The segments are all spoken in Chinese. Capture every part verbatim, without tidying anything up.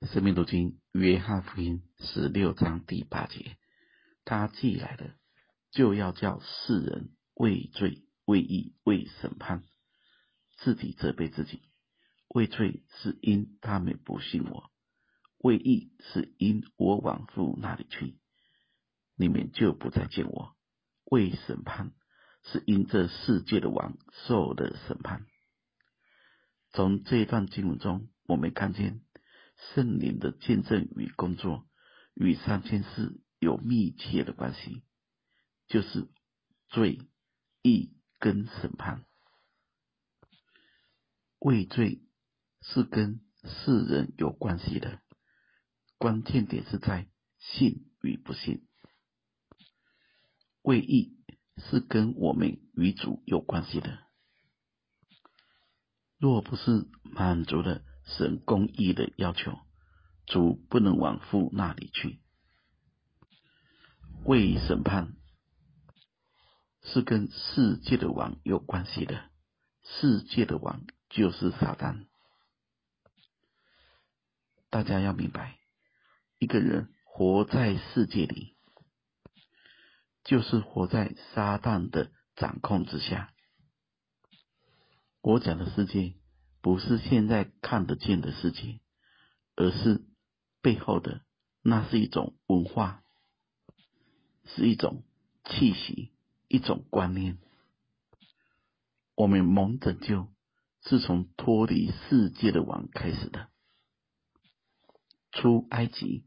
生命读经约翰福音十六章第八节，他既来了，就要叫世人为罪、为义、为审判，自己责备自己。为罪是因他们不信我，为义是因我往父那里去，你们就不再见我。为审判是因这世界的王受了审判。从这一段经文中，我们看见圣灵的见证与工作与三件事有密切的关系，就是罪、义跟审判。为罪是跟世人有关系的，关键点是在信与不信。为义是跟我们与主有关系的，若不是满足了神公义的要求，主不能往父那里去。为审判是跟世界的王有关系的，世界的王就是撒旦。大家要明白，一个人活在世界里，就是活在撒旦的掌控之下。我讲的世界不是现在看得见的世界，而是背后的，那是一种文化，是一种气息，一种观念。我们蒙拯救是从脱离世界的王开始的，出埃及，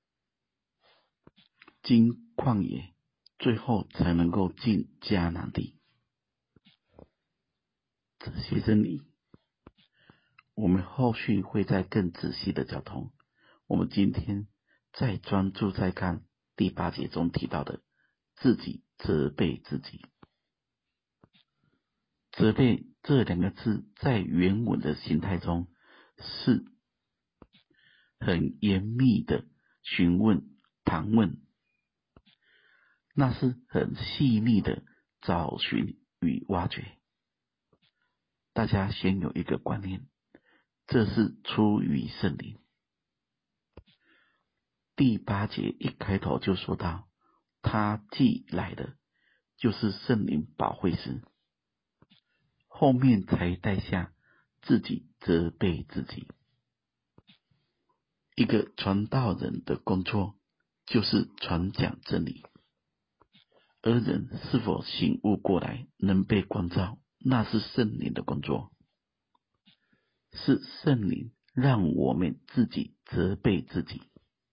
经旷野，最后才能够进迦南地。这些真理我们后续会再更仔细的交通。我们今天再专注在看第八节中提到的自己责备自己。责备这两个字在原文的形态中是很严密的询问、盘问，那是很细腻的找寻与挖掘。大家先有一个观念，这是出于圣灵。第八节一开头就说到，他既来了，就是圣灵保惠师，后面才带下自己责备自己。一个传道人的工作就是传讲真理，而人是否醒悟过来，能被光照，那是圣灵的工作。是圣灵让我们自己责备自己。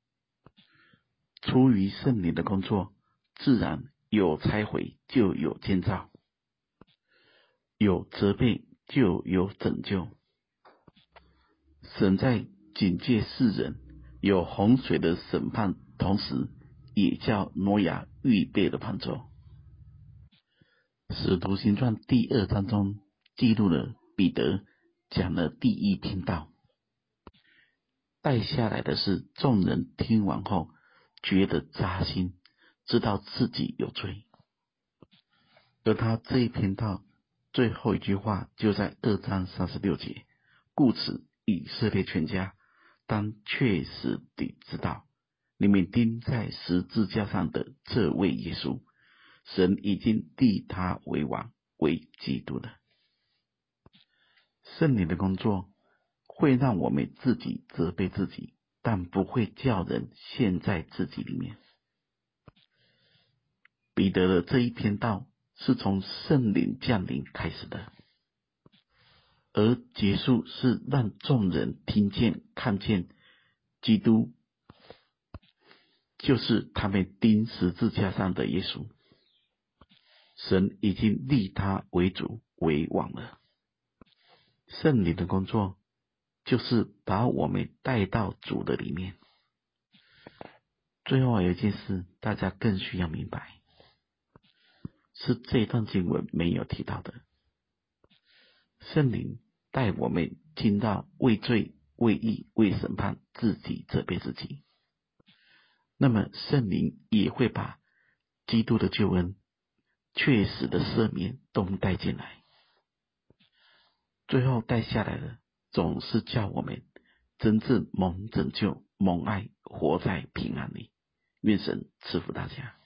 出于圣灵的工作，自然有拆毁就有建造，有责备就有拯救。神在警戒世人，有洪水的审判，同时也叫挪亚预备了方舟。使徒行传第二章中记录了彼得讲了第一篇道，带下来的是众人听完后觉得扎心，知道自己有罪。而他这一篇道最后一句话就在二章三十六节，故此以色列全家当确实地知道，你们钉在十字架上的这位耶稣，神已经立他为王，为基督了。圣灵的工作会让我们自己责备自己，但不会叫人陷在自己里面。彼得的这一篇道是从圣灵降临开始的，而结束是让众人听见看见基督就是他们钉十字架上的耶稣，神已经立他为主为王了。圣灵的工作就是把我们带到主的里面。最后有一件事大家更需要明白，是这一段经文没有提到的。圣灵带我们进到为罪、为义、为审判，自己责备自己。那么圣灵也会把基督的救恩、确实的赦免都带进来。最后带下来的总是叫我们真正蒙拯救、蒙爱，活在平安里。愿神赐福大家。